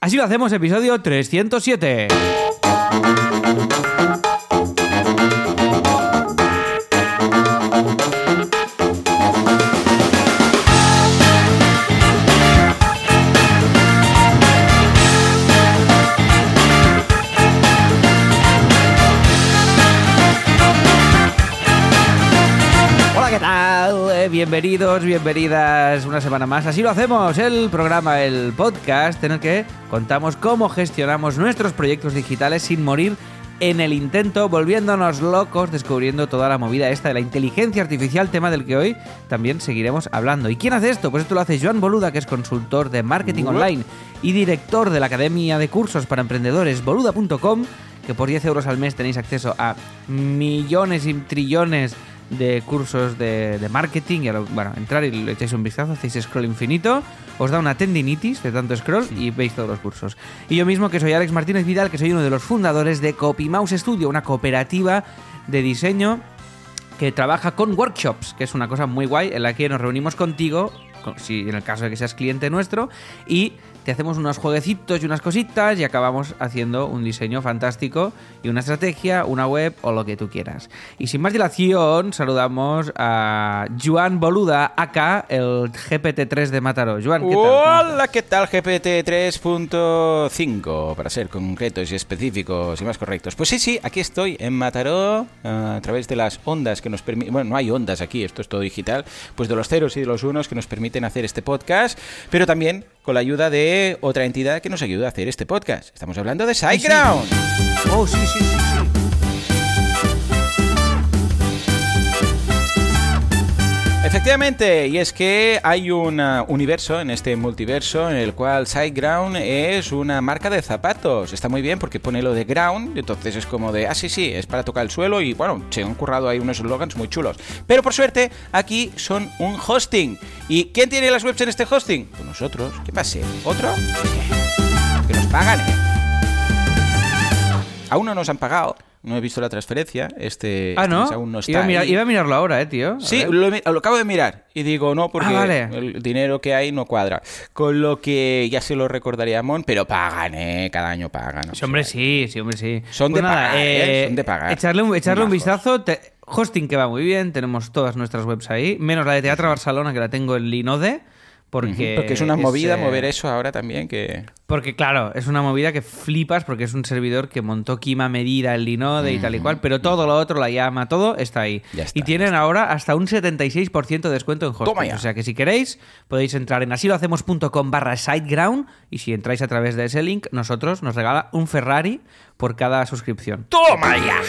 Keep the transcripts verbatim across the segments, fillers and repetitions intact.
Así lo hacemos, episodio trescientos siete. ¿Qué tal? Eh, bienvenidos, bienvenidas una semana más. Así lo hacemos, el programa, el podcast en el que contamos cómo gestionamos nuestros proyectos digitales sin morir en el intento, volviéndonos locos, descubriendo toda la movida esta de la inteligencia artificial, tema del que hoy también seguiremos hablando. ¿Y quién hace esto? Pues esto lo hace Joan Boluda, que es consultor de marketing online y director de la Academia de Cursos para Emprendedores, boluda punto com, que por diez euros al mes tenéis acceso a millones y trillones de cursos de, de marketing. Y lo, bueno, entrar y le echáis un vistazo, hacéis scroll infinito, os da una tendinitis de tanto scroll y veis todos los cursos. Y yo mismo, que soy Alex Martínez Vidal, que soy uno de los fundadores de CopyMouse Studio, una cooperativa de diseño que trabaja con workshops, que es una cosa muy guay, en la que nos reunimos contigo, si en el caso de que seas cliente nuestro, y te hacemos unos jueguecitos y unas cositas y acabamos haciendo un diseño fantástico y una estrategia, una web o lo que tú quieras. Y sin más dilación, saludamos a Joan Boluda, acá el G P T tres de Mataró. Joan, ¿qué tal? Hola, ¿qué tal? G P T tres punto cinco, para ser concretos y específicos y más correctos. Pues sí, sí, aquí estoy en Mataró, a través de las ondas que nos permiten... Bueno, no hay ondas aquí, esto es todo digital, pues de los ceros y de los unos que nos permiten hacer este podcast, pero también con la ayuda de otra entidad que nos ayuda a hacer este podcast. Estamos hablando de SiteGround. Sí, sí. Oh, sí, sí, sí, sí. Efectivamente, y es que hay un uh, universo en este multiverso en el cual SiteGround es una marca de zapatos. Está muy bien porque pone lo de ground, entonces es como de, ah, sí, sí, es para tocar el suelo y bueno, se han currado ahí unos slogans muy chulos. Pero por suerte, aquí son un hosting. ¿Y quién tiene las webs en este hosting? Pues nosotros. ¿Qué pase? ¿Otro? Que nos pagan, ¿eh? Aún no nos han pagado. No he visto la transferencia. Este, ah, ¿no? este aún no está. Iba a, mirar, iba a mirarlo ahora, eh, tío. A sí, lo, lo acabo de mirar. Y digo, no, porque ah, vale. el dinero que hay no cuadra. Con lo que ya se lo recordaría a Mon, pero pagan, ¿eh? Cada año pagan. Sí, hombre, sí, sí, hombre, sí. Son, pues de, nada, pagar, eh, ¿eh? Son de pagar. Echarle un, echarle un vistazo. Te, hosting que va muy bien. Tenemos todas nuestras webs ahí. Menos la de Teatro Barcelona, que la tengo en Linode. Porque, porque es una movida es, eh, mover eso ahora también que... Porque claro, es una movida que flipas porque es un servidor que montó Kima Medida en Linode uh-huh. y tal y cual, pero todo lo otro, la llama, todo está ahí. Está, y tienen ahora hasta un setenta y seis por ciento de descuento en hosting. O sea que si queréis, podéis entrar en asilohacemos.com barra SiteGround y si entráis a través de ese link, nosotros nos regala un Ferrari por cada suscripción. ¡Toma ya!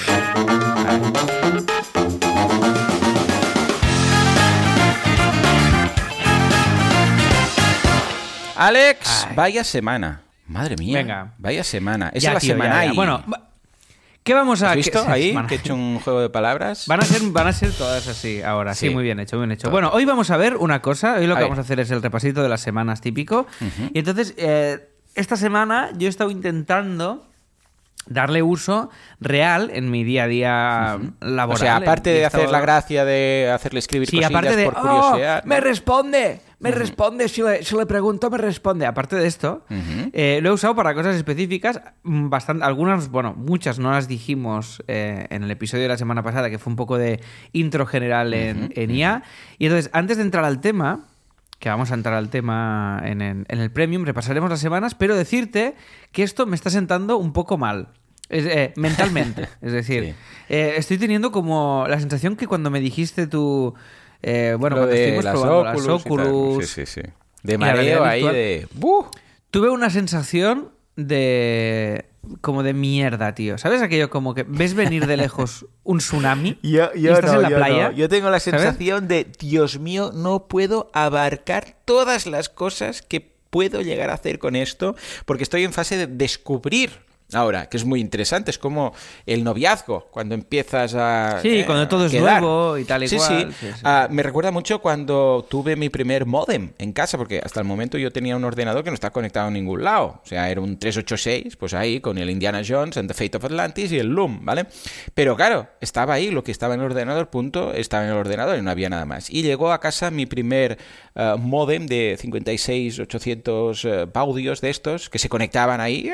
Alex, Ay. vaya semana. Madre mía. Venga. Vaya semana. Esa ya, es la tío, semana. Ya, ya. Bueno, ¿qué vamos a... ¿Has visto ¿Qué? ahí que he hecho un juego de palabras? Van a ser, van a ser todas así ahora. Sí, sí muy bien hecho, muy bien hecho. Todo. Bueno, hoy vamos a ver una cosa. Hoy lo a que ver. vamos a hacer es el repasito de las semanas típico. Uh-huh. Y entonces, eh, esta semana yo he estado intentando darle uso real en mi día a día uh-huh. laboral. O sea, aparte de estado... hacer la gracia de hacerle escribir sí, cosillas aparte de, por curiosidad. ¡Oh, me responde! Me uh-huh. responde, si le, si le pregunto, me responde. Aparte de esto, uh-huh. eh, lo he usado para cosas específicas, bastante, algunas, bueno, muchas no las dijimos eh, en el episodio de la semana pasada, que fue un poco de intro general en, uh-huh. en I A. Y entonces, antes de entrar al tema, que vamos a entrar al tema en, en, en el Premium, repasaremos las semanas, pero decirte que esto me está sentando un poco mal. Es, eh, mentalmente. Es decir, sí. eh, estoy teniendo como la sensación que cuando me dijiste tú... Eh, bueno, Lo cuando de estuvimos las probando Oculus las Oculus... Sí, sí, sí. De mareo ahí, virtual, de... ¡Buh! Tuve una sensación de... como de mierda, tío. ¿Sabes aquello como que ves venir de lejos un tsunami yo, yo y estás no, en la yo playa? No. Yo tengo la sensación ¿sabes? de, Dios mío, no puedo abarcar todas las cosas que puedo llegar a hacer con esto porque estoy en fase de descubrir ahora, que es muy interesante. Es como el noviazgo, cuando empiezas a Sí, eh, cuando todo es quedar. nuevo y tal y sí, cual. Sí, Sí, sí. Uh, me recuerda mucho cuando tuve mi primer módem en casa, porque hasta el momento yo tenía un ordenador que no está conectado a ningún lado. O sea, era un trescientos ochenta y seis, pues ahí, con el Indiana Jones and the Fate of Atlantis y el Loom, ¿vale? Pero claro, estaba ahí, lo que estaba en el ordenador, punto, estaba en el ordenador y no había nada más. Y llegó a casa mi primer uh, módem de cincuenta y seis ochocientos uh, baudios de estos, que se conectaban ahí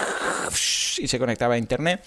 y se conectaba a internet.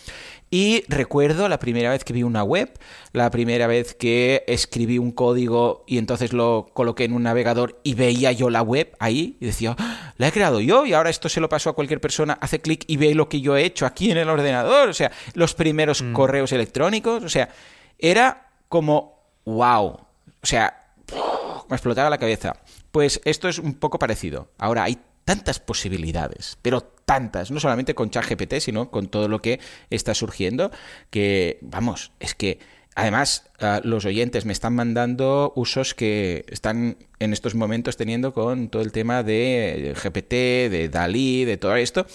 Y recuerdo la primera vez que vi una web, la primera vez que escribí un código y entonces lo coloqué en un navegador y veía yo la web ahí y decía, ¡ah! La he creado yo y ahora esto se lo paso a cualquier persona, hace clic y ve lo que yo he hecho aquí en el ordenador. O sea, los primeros mm. correos electrónicos, o sea, era como wow. O sea, me explotaba la cabeza. Pues esto es un poco parecido. Ahora hay tantas posibilidades, pero tantas, no solamente con ChatGPT, sino con todo lo que está surgiendo, que, vamos, es que además uh, los oyentes me están mandando usos que están en estos momentos teniendo con todo el tema de G P T, de DALL-E, de todo esto,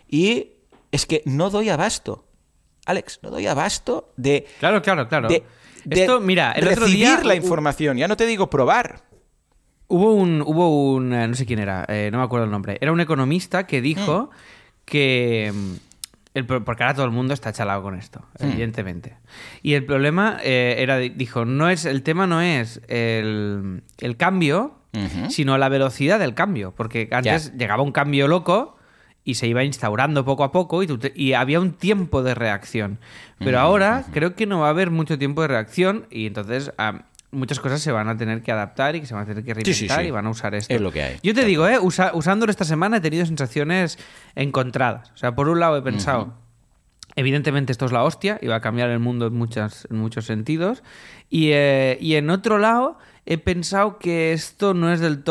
y es que no doy abasto, Alex, no doy abasto de... Claro, claro, claro. De, de Esto, mira, el recibir otro día, la información, ya no te digo probar. Hubo un, hubo un, no sé quién era, eh, no me acuerdo el nombre. Era un economista que dijo mm. que, el, porque ahora todo el mundo está chalado con esto, mm. evidentemente. Y el problema eh, era, dijo, no es, el tema no es el, el cambio, uh-huh. sino la velocidad del cambio, porque antes yeah. llegaba un cambio loco y se iba instaurando poco a poco y, tú te, y había un tiempo de reacción. Pero uh-huh. ahora uh-huh. creo que no va a haber mucho tiempo de reacción y entonces... Um, muchas cosas se van a tener que adaptar y que se van a tener que reinventar sí, sí, sí. y van a usar esto. Es lo que hay. Yo te Tal digo, eh, usa, usándolo esta semana he tenido sensaciones encontradas. O sea, por un lado he pensado, uh-huh. evidentemente esto es la hostia y va a cambiar el mundo en, muchas, en muchos sentidos. Y, eh, y en otro lado he pensado que esto no es del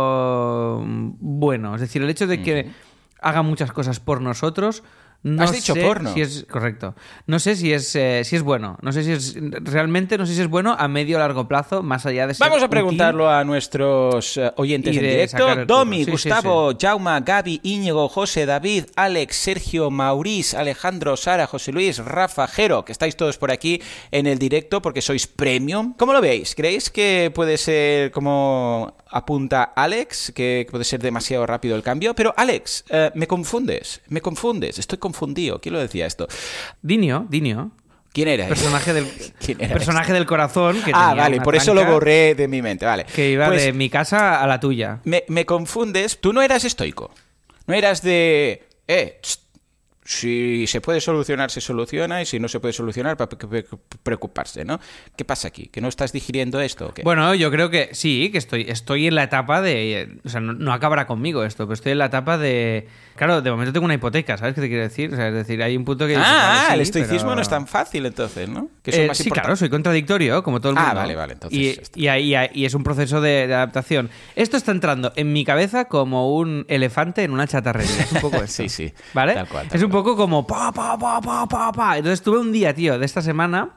todo bueno. Es decir, el hecho de que uh-huh. haga muchas cosas por nosotros... No Has dicho sé porno. Si es correcto. No sé si es eh, si es bueno. No sé si es realmente no sé si es bueno a medio o largo plazo, más allá de ser Vamos a preguntarlo útil. A nuestros uh, oyentes en directo. Domi, sí, Gustavo, sí, sí. Jauma, Gaby, Íñigo, José, David, Alex, Sergio, Maurice, Alejandro, Sara, José Luis, Rafa, Jero, que estáis todos por aquí en el directo porque sois premium. ¿Cómo lo veis? ¿Creéis que puede ser como apunta Alex, que puede ser demasiado rápido el cambio? Pero Alex, uh, me confundes, me confundes, estoy confundido. ¿Quién lo decía esto? Dinio, Dinio. ¿Quién era? Personaje del, ¿Quién era personaje este? del corazón. Que ah, tenía vale, una por eso lo borré de mi mente, vale. Que iba pues, de mi casa a la tuya. Me, me confundes. Tú no eras estoico. No eras de... Eh, tst, si se puede solucionar, se soluciona, y si no se puede solucionar, para preocuparse, ¿no? ¿Qué pasa aquí? ¿Que no estás digiriendo esto o qué? Bueno, yo creo que sí, que estoy, estoy en la etapa de... O sea, no, no acabará conmigo esto, pero estoy en la etapa de... Claro, de momento tengo una hipoteca, ¿sabes qué te quiero decir? O sea, es decir, hay un punto que... Ah, dice, vale, sí, el estoicismo pero... no es tan fácil, entonces, ¿no? Que eh, más sí, importante. Claro, soy contradictorio, como todo el mundo. Ah, vale, vale, entonces... Y, y, y, y es un proceso de, de adaptación. Esto está entrando en mi cabeza como un elefante en una chatarrería. Es un poco esto. Sí, sí. ¿Vale? Tal cual, tal es un cual. poco como... Pa, pa, pa, pa, pa, pa. Entonces tuve un día, tío, de esta semana...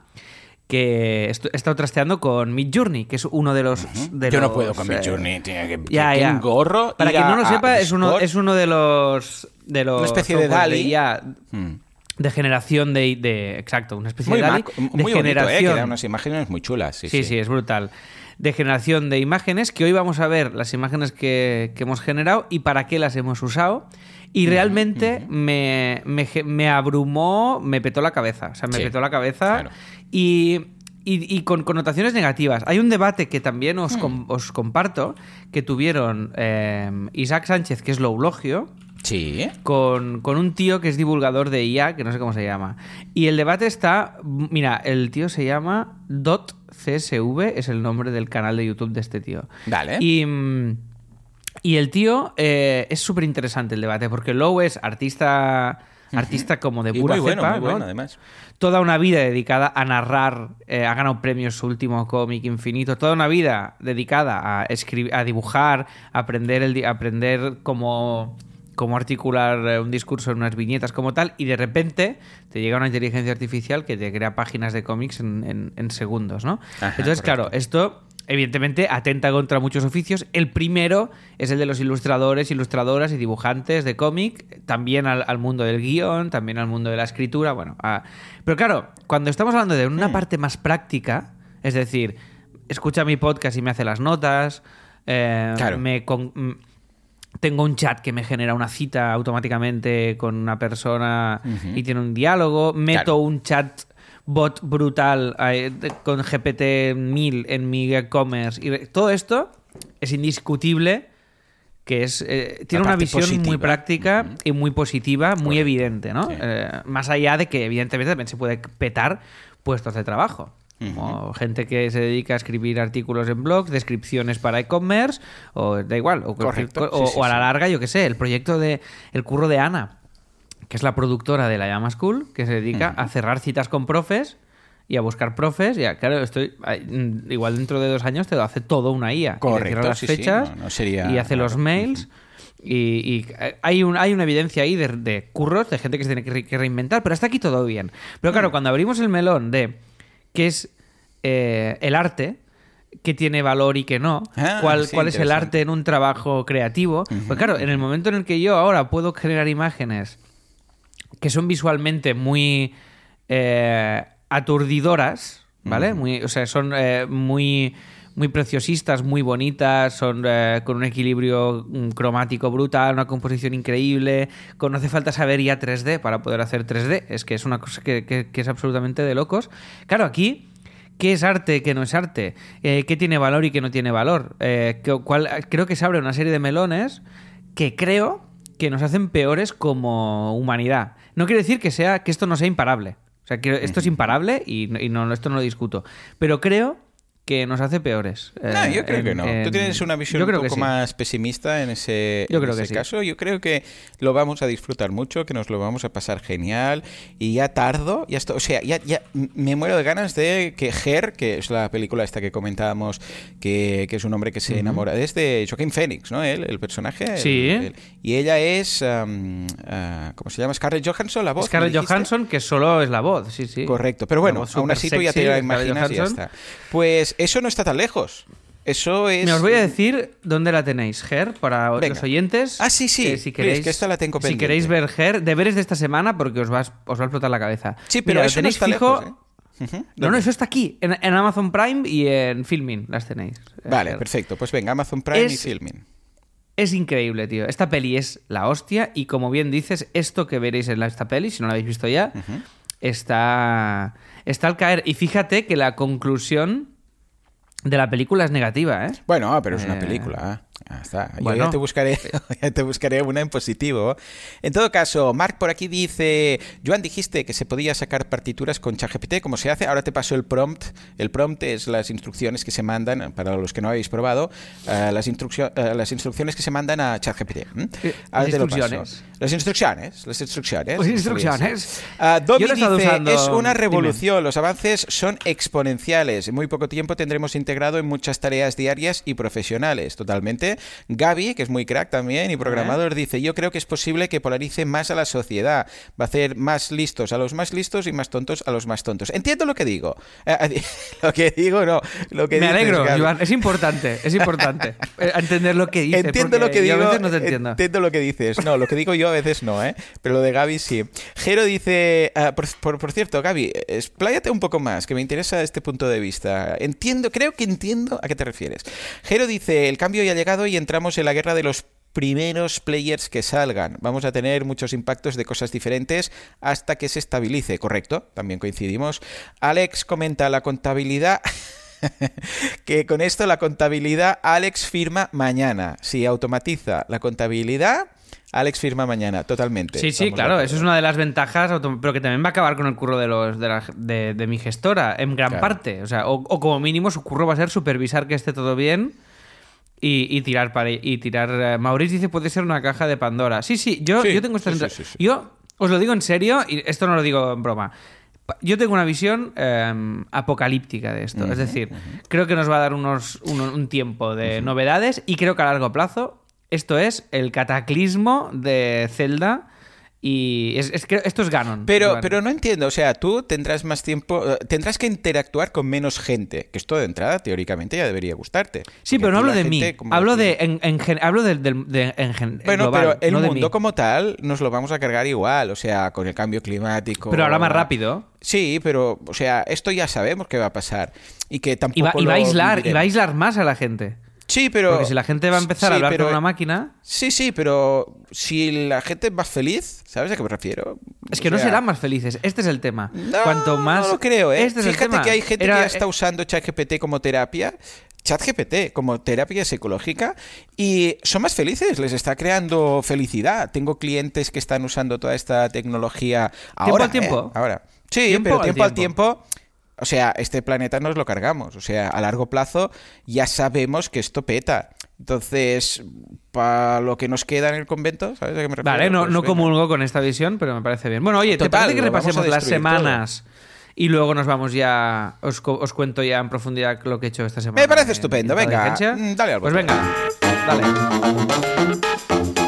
que he estado trasteando con Midjourney, que es uno de los... Uh-huh. De Yo los, no puedo con eh, Midjourney, tiene que, ya, que ya. un gorro. Para quien no lo sepa, es uno, Discord. es uno de los... De los una especie de DALL-E. De, hmm. de generación de, de... Exacto, una especie muy de DALL-E. Mac, de muy generación. bonito, ¿eh? Que da unas imágenes muy chulas. Sí, sí, sí, sí, es brutal. De generación de imágenes, que hoy vamos a ver las imágenes que, que hemos generado y para qué las hemos usado. Y realmente uh-huh. me, me, me abrumó, me petó la cabeza. O sea, me sí, petó la cabeza. Claro. Y... Y, y con connotaciones negativas. Hay un debate que también os, hmm. com, os comparto, que tuvieron eh, Isaac Sánchez, que es Loulogio, sí. con, con un tío que es divulgador de I A, que no sé cómo se llama. Y el debate está... Mira, el tío se llama Dot C S V, es el nombre del canal de YouTube de este tío. Vale. Y... Y el tío eh, es súper interesante el debate, porque Lou es artista... Artista como de pura y muy cepa, bueno, muy ¿no? bueno, además. Toda una vida dedicada a narrar, eh, ha ganado premios su último cómic Infinito, toda una vida dedicada a escribir, a dibujar, a aprender, el, a aprender cómo, cómo articular un discurso en unas viñetas como tal, y de repente te llega una inteligencia artificial que te crea páginas de cómics en, en, en segundos, ¿no? Ajá, Entonces, correcto. claro, esto... evidentemente atenta contra muchos oficios. El primero es el de los ilustradores, ilustradoras y dibujantes de cómic, también al, al mundo del guión, también al mundo de la escritura, bueno. A... Pero claro, cuando estamos hablando de una mm. parte más práctica, es decir, escucha mi podcast y me hace las notas, eh, claro. me con... tengo un chat que me genera una cita automáticamente con una persona uh-huh. y tiene un diálogo, meto claro. un chat bot brutal eh, con G P T mil en mi e-commerce, y todo esto es indiscutible que es eh, tiene una visión positiva. muy práctica uh-huh. y muy positiva, muy Correcto. evidente, ¿no? Sí. Eh, más allá de que evidentemente también se puede petar puestos de trabajo. Como uh-huh. gente que se dedica a escribir artículos en blogs, descripciones para e-commerce, o da igual, o, Correcto. o, sí, sí, o a la sí. larga, yo qué sé, el proyecto de el curro de Ana, que es la productora de la Llama School, que se dedica uh-huh. a cerrar citas con profes y a buscar profes. Y a, claro, estoy igual dentro de dos años te lo hace todo una I A. Correcto, y le cierra las sí, fechas sí. No, no sería... y hace los mails. Uh-huh. Y, y hay, un, hay una evidencia ahí de, de curros, de gente que se tiene que, re, que reinventar, pero hasta aquí todo bien. Pero claro, uh-huh. cuando abrimos el melón de qué es eh, el arte, qué tiene valor y qué no, ah, cuál, sí, cuál es el arte en un trabajo creativo, uh-huh. pues claro, en el momento en el que yo ahora puedo generar imágenes que son visualmente muy eh, aturdidoras, ¿vale? Uh-huh. Muy, o sea, son eh, muy, muy preciosistas, muy bonitas, son eh, con un equilibrio cromático brutal, una composición increíble, con, no hace falta saber ya tres D para poder hacer tres D, es que es una cosa que, que, que es absolutamente de locos. Claro, aquí, ¿qué es arte, qué no es arte? Eh, ¿Qué tiene valor y qué no tiene valor? Eh, cuál, creo que se abre una serie de melones que creo que nos hacen peores como humanidad. No quiere decir que sea que esto no sea imparable. O sea, que esto es imparable y, y no, esto no lo discuto. Pero creo que nos hace peores. No, yo creo en, que no. En... Tú tienes una visión un poco sí. más pesimista en ese, yo en creo ese que sí. caso. Yo creo que lo vamos a disfrutar mucho, que nos lo vamos a pasar genial. Y ya tardo, ya estoy, o sea, ya, ya me muero de ganas de que Her, que es la película esta que comentábamos, que, que es un hombre que se uh-huh. enamora, es de Joaquin Phoenix, ¿no? Él, el personaje. Sí. El, el, y ella es, um, uh, ¿cómo se llama? Scarlett Johansson, la voz. Scarlett Johansson, que solo es la voz, sí, sí. Correcto, pero bueno, aún así tú ya te la imaginas y ya está. Pues eso no está tan lejos. Eso es... Me os voy a decir dónde la tenéis, Her, para Venga. los oyentes. Ah, sí, sí. Que si queréis, Please, que esta la tengo pendiente. Si queréis ver Her, deberes de esta semana, porque os va, os va a explotar la cabeza. Sí, pero Mira, eso tenéis no está fijo... lejos, ¿eh? Uh-huh. No, no, eso está aquí, en, en Amazon Prime y en Filmin las tenéis. Vale, Her. Perfecto. Pues venga, Amazon Prime es, y Filmin. Es increíble, tío. Esta peli es la hostia y, como bien dices, esto que veréis en esta peli, si no la habéis visto ya, uh-huh. está, está al caer. Y fíjate que la conclusión de la película es negativa, ¿eh? Bueno, pero es una eh... película. Ya está. Yo bueno. ya te buscaré, ya te buscaré una en positivo. En todo caso, Marc por aquí dice: Joan, dijiste que se podía sacar partituras con ChatGPT. ¿Cómo se hace? Ahora te paso el prompt. El prompt es las instrucciones que se mandan, para los que no habéis probado, uh, las, instruccio- uh, las instrucciones que se mandan a ChatGPT. ¿Mm? Ahora te lo paso. Las instrucciones. Las instrucciones. Las instrucciones. Uh, Domi dice: usando... es una revolución. Dime. Los avances son exponenciales. En muy poco tiempo tendremos integrado en muchas tareas diarias y profesionales. Totalmente. Gaby, que es muy crack también y programador, ¿Eh? dice: yo creo que es posible que polarice más a la sociedad. Va a hacer más listos a los más listos y más tontos a los más tontos. Entiendo lo que digo. Eh, lo que digo, no. Lo que Me dices, alegro, Gaby. Joan. Es importante, es importante entender lo que dices. Entiendo lo que digo. Yo a veces no te entiendo. Entiendo lo que dices. No, lo que digo yo a veces no, ¿eh? Pero lo de Gaby sí. Jero dice: uh, por, por, por cierto, Gaby, expláyate un poco más, que me interesa este punto de vista. Entiendo, creo que entiendo a qué te refieres. Jero dice: el cambio ya ha llegado y entramos en la guerra de los primeros players que salgan. Vamos a tener muchos impactos de cosas diferentes hasta que se estabilice. Correcto, también coincidimos. Alex comenta: la contabilidad... que con esto la contabilidad Alex firma mañana. Si automatiza la contabilidad, Alex firma mañana, totalmente. Sí, sí, claro, eso es una de las ventajas, pero que también va a acabar con el curro de los de, la, de, de mi gestora, en gran claro. parte. O sea, o, o como mínimo su curro va a ser supervisar que esté todo bien. Y, y tirar para y tirar. Maurice dice: puede ser una caja de Pandora. Sí, sí, yo, sí, yo tengo esta sí, sí, sí, sí. Yo os lo digo en serio, y esto no lo digo en broma. Yo tengo una visión eh, apocalíptica de esto. Uh-huh, es decir, uh-huh. creo que nos va a dar unos, un, un tiempo de uh-huh. novedades y creo que a largo plazo esto es el cataclismo de Zelda Y es, es que esto es Ganon. Pero, Iván. pero no entiendo, o sea, tú tendrás más tiempo, eh, tendrás que interactuar con menos gente, que esto de entrada teóricamente ya debería gustarte. Sí, Porque pero no aquí hablo la de mí, gente, como hablo decir- de, en, en gen- hablo del, del- de, en gen- Bueno, global, pero el no de mundo mí. como tal nos lo vamos a cargar igual, o sea, con el cambio climático. Pero ahora más rápido. Sí, pero, o sea, esto ya sabemos que va a pasar y que tampoco Y va, y va a lo aislar, y viviremos. va a aislar más a la gente. Sí, pero... Porque si la gente va a empezar sí, a hablar pero- con una máquina... Sí, sí, pero si la gente va feliz, ¿sabes a qué me refiero? Es que O no sea, serán más felices. Este es el tema. No, Cuanto más... no lo creo, ¿eh? Este es el Fíjate tema. que hay gente Era- que ya está usando ChatGPT como terapia, ChatGPT como terapia psicológica, y son más felices, les está creando felicidad. Tengo clientes que están usando toda esta tecnología ahora. al tiempo? ¿eh? Ahora. Sí, Tiempo pero al tiempo al tiempo. tiempo... O sea, este planeta nos lo cargamos. O sea, a largo plazo ya sabemos que esto peta. Entonces, para lo que nos queda en el convento, ¿sabes a qué me refiero? Vale, no, Pues no venga. comulgo con esta visión, pero me parece bien. Bueno, oye, ¿te Total, parece que lo vamos a repasemos las destruir semanas y luego nos vamos ya... Os, co- os cuento ya en profundidad lo que he hecho esta semana? Me parece en- estupendo, en venga, Inteligencia? mm, dale al Pues botón. venga, dale.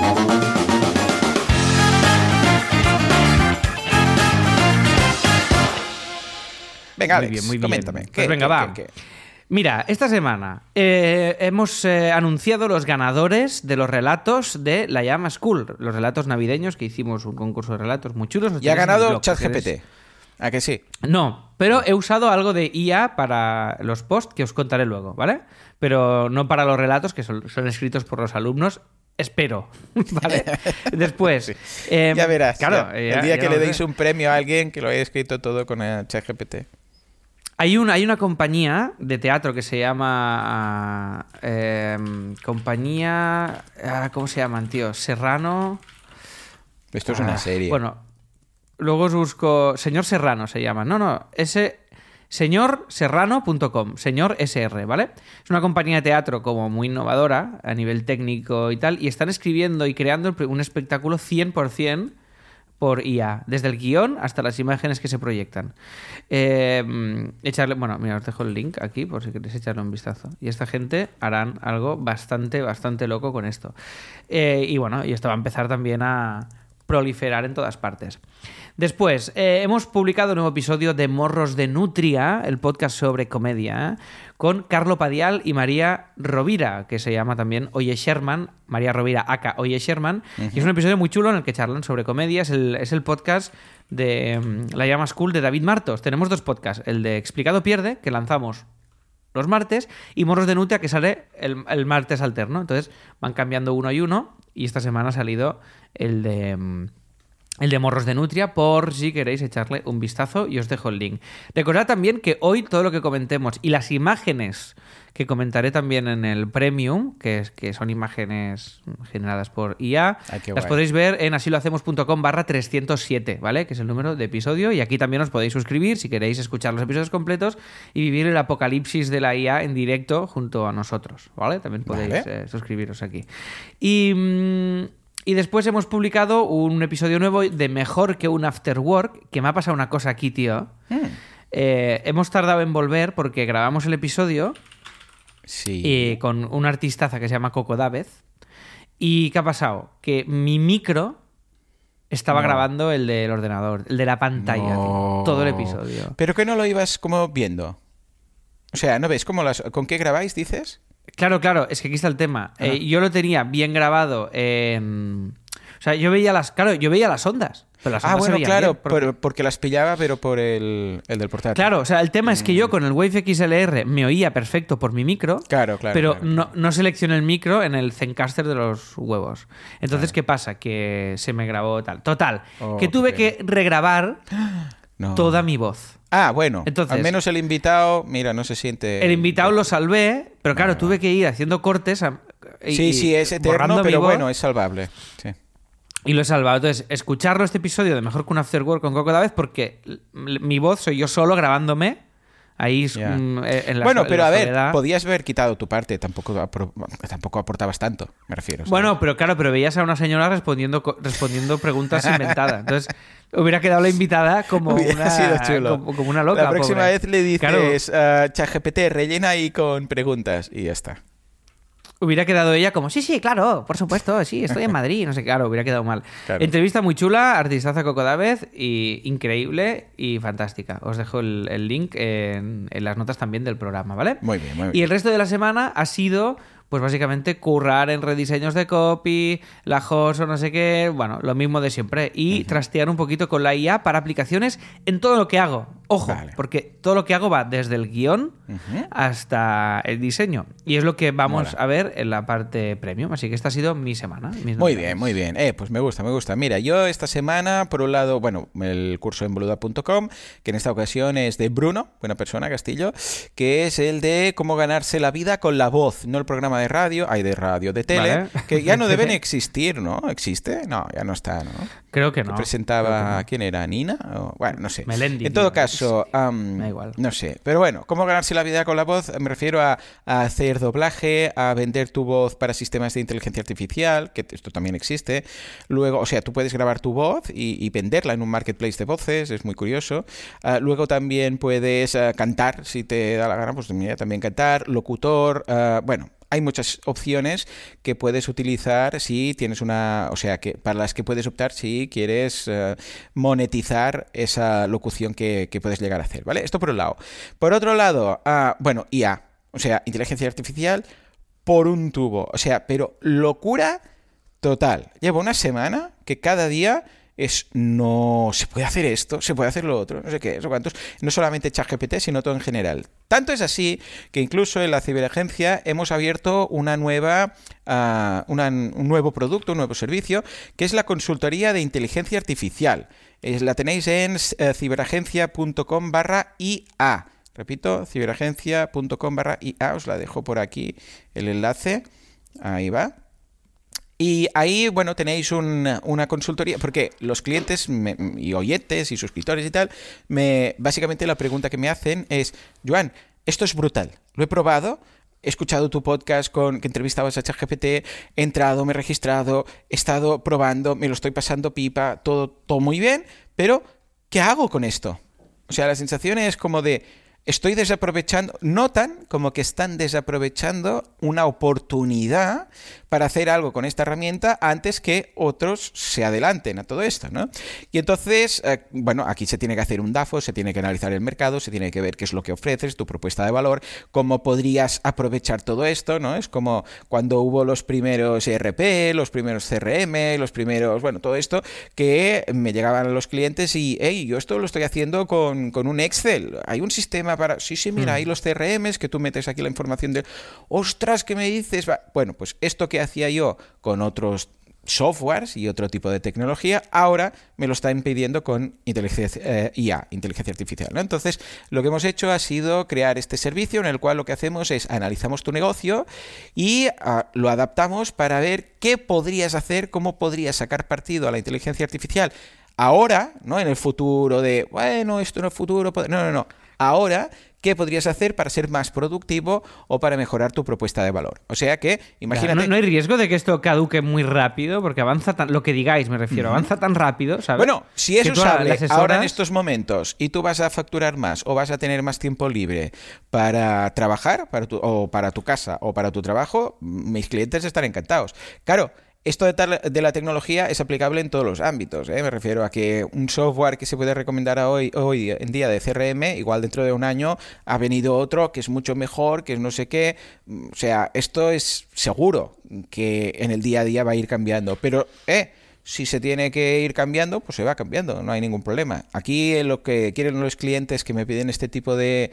Venga, Muy Alex, bien, muy bien. coméntame. Pues ¿Qué, venga, qué, va. qué, qué? Mira, esta semana eh, hemos eh, anunciado los ganadores de los relatos de la Llama School, los relatos navideños, que hicimos un concurso de relatos muy chulos. Los Y ha tenéis en el ganado blog, si ChatGPT. queréis. ¿A que sí? No, pero he usado algo de I A para los posts que os contaré luego, ¿vale? Pero no para los relatos que son, son escritos por los alumnos. Espero, ¿vale? Después... eh, Ya verás. Claro, ya. ya- el día ya que lo le sé. deis un premio a alguien que lo haya escrito todo con el ChatGPT. Hay una, hay una compañía de teatro que se llama... eh, compañía... ah, ¿Cómo se llaman, tío? Serrano... Esto es Ah, una serie. Bueno, luego os busco... Señor Serrano se llama. No, no, ese... señor serrano punto com, señor S R, ¿vale? Es una compañía de teatro como muy innovadora a nivel técnico y tal, y están escribiendo y creando un espectáculo cien por ciento por I A, desde el guión hasta las imágenes que se proyectan. Eh, echarle, bueno, mira, os dejo el link aquí por si queréis echarle un vistazo. Y esta gente harán algo bastante, bastante loco con esto. Eh, y bueno, y esto va a empezar también a proliferar en todas partes. Después, eh, hemos publicado un nuevo episodio de Morros de Nutria, el podcast sobre comedia, ¿eh? Con Carlo Padial y María Rovira, que se llama también Oye Sherman, María Rovira, aka Oye Sherman, uh-huh. Y es un episodio muy chulo en el que charlan sobre comedia. Es el, es el podcast de um, La Llama School de David Martos. Tenemos dos podcasts, el de Explicado Pierde, que lanzamos los martes, y Morros de Nutria, que sale el, el martes alterno. Entonces van cambiando uno y uno, y esta semana ha salido el de... Um, El de Morros de Nutria, por si queréis echarle un vistazo, y os dejo el link. Recordad también que hoy todo lo que comentemos y las imágenes que comentaré también en el Premium, que, es, que son imágenes generadas por I A, Ay, qué las guay. podéis ver en asilohacemos.com barra trescientos siete, ¿vale? Que es el número de episodio, y aquí también os podéis suscribir si queréis escuchar los episodios completos y vivir el apocalipsis de la I A en directo junto a nosotros, ¿vale? También podéis Vale. eh, suscribiros aquí. Y... Mmm, Y después hemos publicado un episodio nuevo de Mejor que un After Work, que me ha pasado una cosa aquí, tío. Hmm. Eh, hemos tardado en volver porque grabamos el episodio Sí. eh, con una artistaza que se llama Coco Dávez. ¿Y qué ha pasado? Que mi micro estaba No. grabando el del ordenador, el de la pantalla, No. tío, todo el episodio. ¿Pero que no lo ibas como viendo? O sea, ¿no ves cómo las... con qué grabáis, dices? Claro, claro, es que aquí está el tema. Ah. Eh, yo lo tenía bien grabado en... O sea, yo veía las... Claro, yo veía las ondas. Pero las Ah, ondas se bueno, veían claro, bien, porque- por- porque las pillaba, pero por el, el del portátil. Claro, o sea, el tema es que Mm. yo con el Wave X L R me oía perfecto por mi micro, Claro, claro. pero claro, no, claro. no seleccioné el micro en el Zencaster de los huevos. Entonces, ¿qué pasa? Que se me grabó tal. Total, Oh, que tuve qué que regrabar No. toda mi voz. Ah, bueno. Entonces- al menos el invitado, mira, no se siente... El invitado lo salvé, pero claro, Vale, tuve que ir haciendo cortes. a- y- Sí, sí, es y borrando eterno, mi pero voz, bueno, es salvable. Sí. Y lo he salvado. Entonces, escucharlo este episodio de Mejor que un After Work con Coco Dávez, porque l- mi voz soy yo solo grabándome ahí Ya. mm, en la Bueno, en pero la a ver, soledad. podías haber quitado tu parte, tampoco, apro- tampoco aportabas tanto, me refiero. ¿sabes? Bueno, pero claro, pero veías a una señora respondiendo, co- respondiendo preguntas inventadas. Entonces, hubiera quedado la invitada como, Hubiera una, sido chulo. como, como una loca. La próxima pobre. vez le Claro. dices, ah, ChatGPT, rellena ahí con preguntas y ya está. Hubiera quedado ella como, sí, sí, claro, por supuesto, sí, estoy en Madrid, no sé, claro, hubiera quedado mal. Claro. Entrevista muy chula, artistaza Coco Dávez, y increíble y fantástica. Os dejo el, el link en, en las notas también del programa, ¿vale? Muy bien, muy bien. Y el resto de la semana ha sido, pues básicamente, currar en rediseños de copy, la host o no sé qué, bueno, lo mismo de siempre. Y uh-huh. trastear un poquito con la I A para aplicaciones en todo lo que hago. Ojo, vale. porque todo lo que hago va desde el guión uh-huh. hasta el diseño. Y es lo que vamos Mola. a ver en la parte premium. Así que esta ha sido mi semana. Muy bien, muy bien. Eh, pues me gusta, me gusta. Mira, yo esta semana, por un lado, bueno, el curso en boluda punto com, que en esta ocasión es de Bruno, buena persona, Castillo, que es el de cómo ganarse la vida con la voz, no el programa de radio, hay de radio, de tele, vale. que ya no deben existir, ¿no? ¿Existe? No, ya no está, ¿no? Creo que no. Que presentaba, que no. ¿quién era? ¿Nina? O, bueno, no sé. Melendi. En todo caso, um, da igual. no sé. Pero bueno, ¿cómo ganarse la vida con la voz? Me refiero a, a hacer doblaje, a vender tu voz para sistemas de inteligencia artificial, que esto también existe. Luego, o sea, tú puedes grabar tu voz y, y venderla en un marketplace de voces, es muy curioso. Uh, luego también puedes uh, cantar, si te da la gana, pues mira, también cantar, locutor, uh, bueno. Hay muchas opciones que puedes utilizar si tienes una, o sea, que para las que puedes optar si quieres uh, monetizar esa locución que, que puedes llegar a hacer, ¿vale? Esto por un lado. Por otro lado, uh, bueno, I A, o sea, inteligencia artificial por un tubo, o sea, pero locura total. Llevo una semana que cada día es, no, se puede hacer esto, se puede hacer lo otro, no sé qué, no sé cuántos, no solamente ChatGPT, sino todo en general. Tanto es así que incluso en la ciberagencia hemos abierto una nueva, uh, una, un nuevo producto, un nuevo servicio, que es la consultoría de inteligencia artificial. Es, la tenéis en uh, ciberagencia punto com barra I A. Repito, ciberagencia punto com barra I A, os la dejo por aquí el enlace, ahí va. Y ahí, bueno, tenéis un, una consultoría, porque los clientes me, y oyentes y suscriptores y tal, me, básicamente la pregunta que me hacen es, Joan, esto es brutal, lo he probado, he escuchado tu podcast con que entrevistabas a ChatGPT, he entrado, me he registrado, he estado probando, me lo estoy pasando pipa, todo, todo muy bien, pero ¿qué hago con esto? O sea, la sensación es como de... Estoy desaprovechando, notan como que están desaprovechando una oportunidad para hacer algo con esta herramienta antes que otros se adelanten a todo esto, ¿no? Y entonces, eh, bueno, aquí se tiene que hacer un DAFO, se tiene que analizar el mercado, se tiene que ver qué es lo que ofreces, tu propuesta de valor, cómo podrías aprovechar todo esto, ¿no? Es como cuando hubo los primeros E R P, los primeros C R M, los primeros, bueno, todo esto, que me llegaban los clientes y, hey, yo esto lo estoy haciendo con, con un Excel, hay un sistema para... Sí, sí, mira, mm. hay los C R Ms que tú metes aquí la información de... ¡Ostras, qué me dices! Bueno, pues esto que hacía yo con otros softwares y otro tipo de tecnología, ahora me lo está impidiendo con inteligencia, eh, I A, inteligencia artificial, ¿no? Entonces, lo que hemos hecho ha sido crear este servicio en el cual lo que hacemos es analizamos tu negocio y uh, lo adaptamos para ver qué podrías hacer, cómo podrías sacar partido a la inteligencia artificial ahora, ¿no? En el futuro de, bueno, esto en el futuro... Puede... No, no, no. Ahora, ¿qué podrías hacer para ser más productivo o para mejorar tu propuesta de valor? O sea que, imagínate... Claro, no, no hay riesgo de que esto caduque muy rápido, porque avanza tan... Lo que digáis, me refiero, uh-huh. avanza tan rápido, ¿sabes? Bueno, si es usable asesoras... ahora en estos momentos y tú vas a facturar más o vas a tener más tiempo libre para trabajar para tu, o para tu casa o para tu trabajo, mis clientes están encantados. Claro, esto de, tal, de la tecnología es aplicable en todos los ámbitos, ¿eh? Me refiero a que un software que se puede recomendar a hoy, hoy en día de C R M, igual dentro de un año ha venido otro que es mucho mejor, que es no sé qué. O sea, esto es seguro que en el día a día va a ir cambiando. Pero, eh, si se tiene que ir cambiando, pues se va cambiando, no hay ningún problema. Aquí lo que quieren los clientes que me piden este tipo de...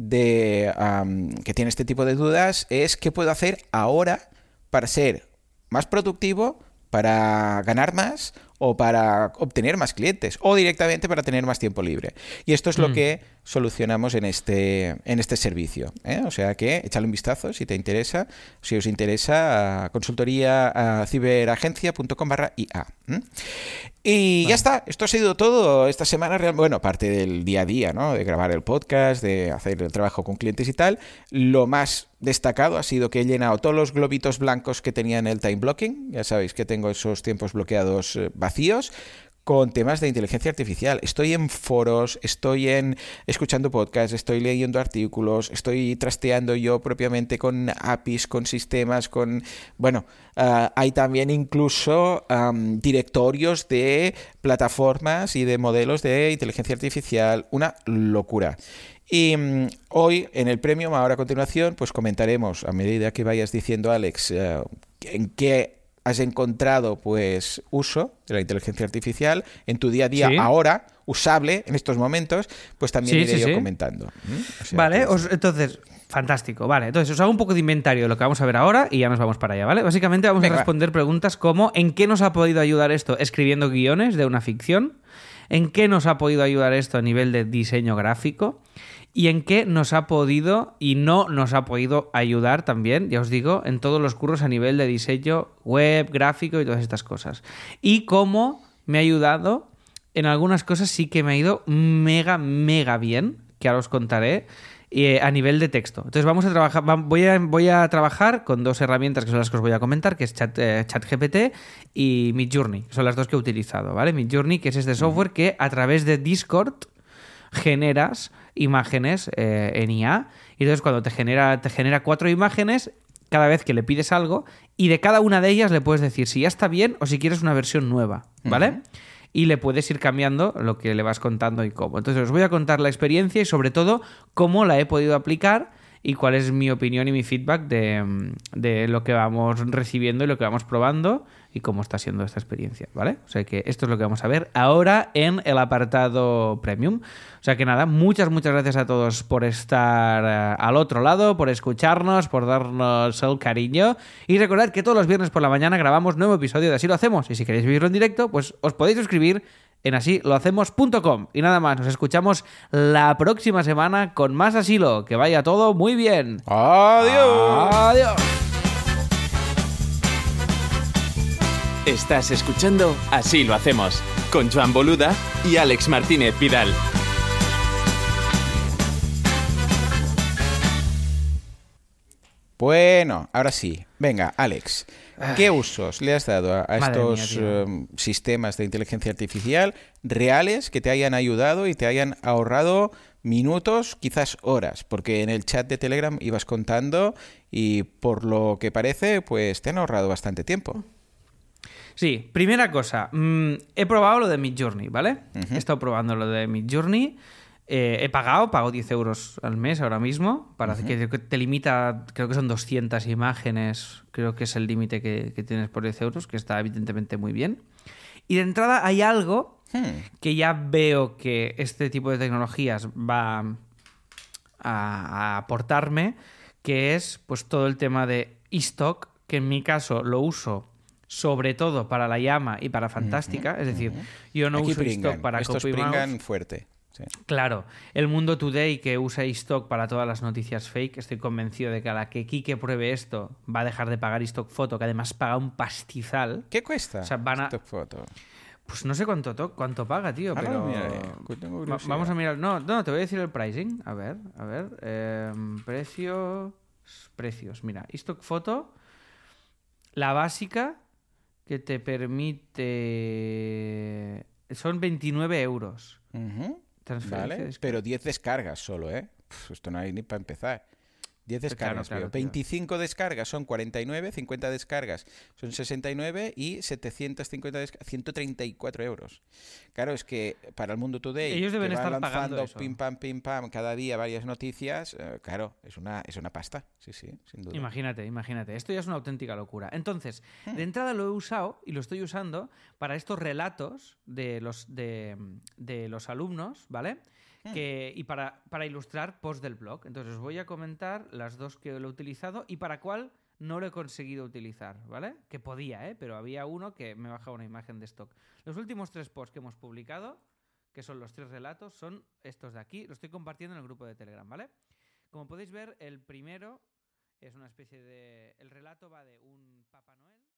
de um, que tienen este tipo de dudas es qué puedo hacer ahora para ser más productivo, para ganar más o para obtener más clientes o directamente para tener más tiempo libre. Y esto es lo mm. que solucionamos en este, en este servicio, ¿eh? O sea que échale un vistazo si te interesa, si os interesa, a consultoría a ciberagencia punto com barra I A. ¿eh? Y vale. Ya está, esto ha sido todo esta semana. Bueno, aparte del día a día, ¿no? De grabar el podcast, de hacer el trabajo con clientes y tal, lo más destacado ha sido que he llenado todos los globitos blancos que tenía en el time blocking. Ya sabéis que tengo esos tiempos bloqueados vacíos con temas de inteligencia artificial. Estoy en foros, estoy en escuchando podcasts, estoy leyendo artículos, estoy trasteando yo propiamente con A P Is, con sistemas, con... Bueno, uh, hay también incluso um, directorios de plataformas y de modelos de inteligencia artificial. Una locura. Y um, hoy en el Premium, ahora a continuación, pues comentaremos, a medida que vayas diciendo, Alex, uh, en qué has encontrado pues uso de la inteligencia artificial en tu día a día, sí. ahora, usable en estos momentos, pues también sí, iré sí, yo sí. comentando. ¿Mm? O sea, vale, pues... os, entonces, fantástico. Vale, entonces os hago un poco de inventario de lo que vamos a ver ahora y ya nos vamos para allá, ¿vale? Básicamente vamos Venga, a responder va. preguntas como ¿en qué nos ha podido ayudar esto escribiendo guiones de una ficción? ¿En qué nos ha podido ayudar esto a nivel de diseño gráfico? Y en qué nos ha podido y no nos ha podido ayudar también, ya os digo, en todos los cursos a nivel de diseño web, gráfico y todas estas cosas. Y cómo me ha ayudado, en algunas cosas sí que me ha ido mega, mega bien, que ahora os contaré, eh, a nivel de texto. Entonces vamos a trabajar, voy a, voy a trabajar con dos herramientas que son las que os voy a comentar, que es Chat, eh, ChatGPT y Midjourney, que son las dos que he utilizado, ¿vale? Midjourney, que es este software que a través de Discord generas imágenes eh, en I A, y entonces cuando te genera, te genera cuatro imágenes cada vez que le pides algo, y de cada una de ellas le puedes decir si ya está bien o si quieres una versión nueva, ¿vale? Uh-huh. Y le puedes ir cambiando lo que le vas contando y cómo. Entonces os voy a contar la experiencia y sobre todo cómo la he podido aplicar y cuál es mi opinión y mi feedback de, de lo que vamos recibiendo y lo que vamos probando y cómo está siendo esta experiencia, ¿vale? O sea que esto es lo que vamos a ver ahora en el apartado Premium. O sea que nada, muchas, muchas gracias a todos por estar uh, al otro lado, por escucharnos, por darnos el cariño. Y recordad que todos los viernes por la mañana grabamos nuevo episodio de Así lo hacemos. Y si queréis vivirlo en directo, pues os podéis suscribir en así lo hacemos punto com. Y nada más, nos escuchamos la próxima semana con más Asilo. Que vaya todo muy bien. Adiós. Adiós. Estás escuchando Así lo hacemos, con Joan Boluda y Alex Martínez Vidal. Bueno, ahora sí. Venga, Alex, ¿qué usos le has dado a, a estos mía, um, sistemas de inteligencia artificial reales que te hayan ayudado y te hayan ahorrado minutos, quizás horas? Porque en el chat de Telegram ibas contando y por lo que parece, pues te han ahorrado bastante tiempo. Sí, primera cosa, mmm, he probado lo de Midjourney, ¿vale? Uh-huh. He estado probando lo de Midjourney. Eh, he pagado, pago diez euros al mes ahora mismo, para uh-huh. que te limita, creo que son doscientas imágenes, creo que es el límite que, que tienes por diez euros, que está evidentemente muy bien. Y de entrada hay algo hmm. que ya veo que este tipo de tecnologías va a, a aportarme, que es pues todo el tema de eStock, que en mi caso lo uso sobre todo para la llama y para Fantástica, uh-huh, es decir, uh-huh. yo no Aquí uso pringan. eStock para Estos copy pringan mouse. Fuerte. Sí. Claro, el Mundo Today que usa eStock para todas las noticias fake, estoy convencido de que a la que Quique pruebe esto va a dejar de pagar eStock Photo, que además paga un pastizal. ¿Qué cuesta? O sea, van a... eStock Photo? Pues no sé cuánto to- cuánto paga, tío, ah, pero no, mira, tengo Va- vamos a mirar. No, no, te voy a decir el pricing. A ver, a ver, eh, precios, precios. Mira, eStock Photo, la básica que te permite son veintinueve euros. Uh-huh. Vale, pero diez descargas solo, ¿eh? Pff, esto no hay ni para empezar. diez descargas, claro, claro, veinticinco descargas son cuarenta y nueve, cincuenta descargas son sesenta y nueve y setecientos cincuenta descargas, ciento treinta y cuatro euros. Claro, es que para el Mundo Today, ellos deben que estar van lanzando pagando eso. pim pam, pim pam, cada día varias noticias, eh, claro, es una, es una pasta, sí, sí, sin duda. Imagínate, imagínate. Esto ya es una auténtica locura. Entonces, hmm. de entrada lo he usado y lo estoy usando para estos relatos de los, de, de los alumnos, ¿vale? Que, y para, para ilustrar post del blog. Entonces os voy a comentar las dos que lo he utilizado y para cuál no lo he conseguido utilizar, ¿vale? Que podía, ¿eh? Pero había uno que me bajaba una imagen de stock. Los últimos tres posts que hemos publicado, que son los tres relatos, son estos de aquí. Los estoy compartiendo en el grupo de Telegram, ¿vale? Como podéis ver, el primero es una especie de... El relato va de un Papá Noel...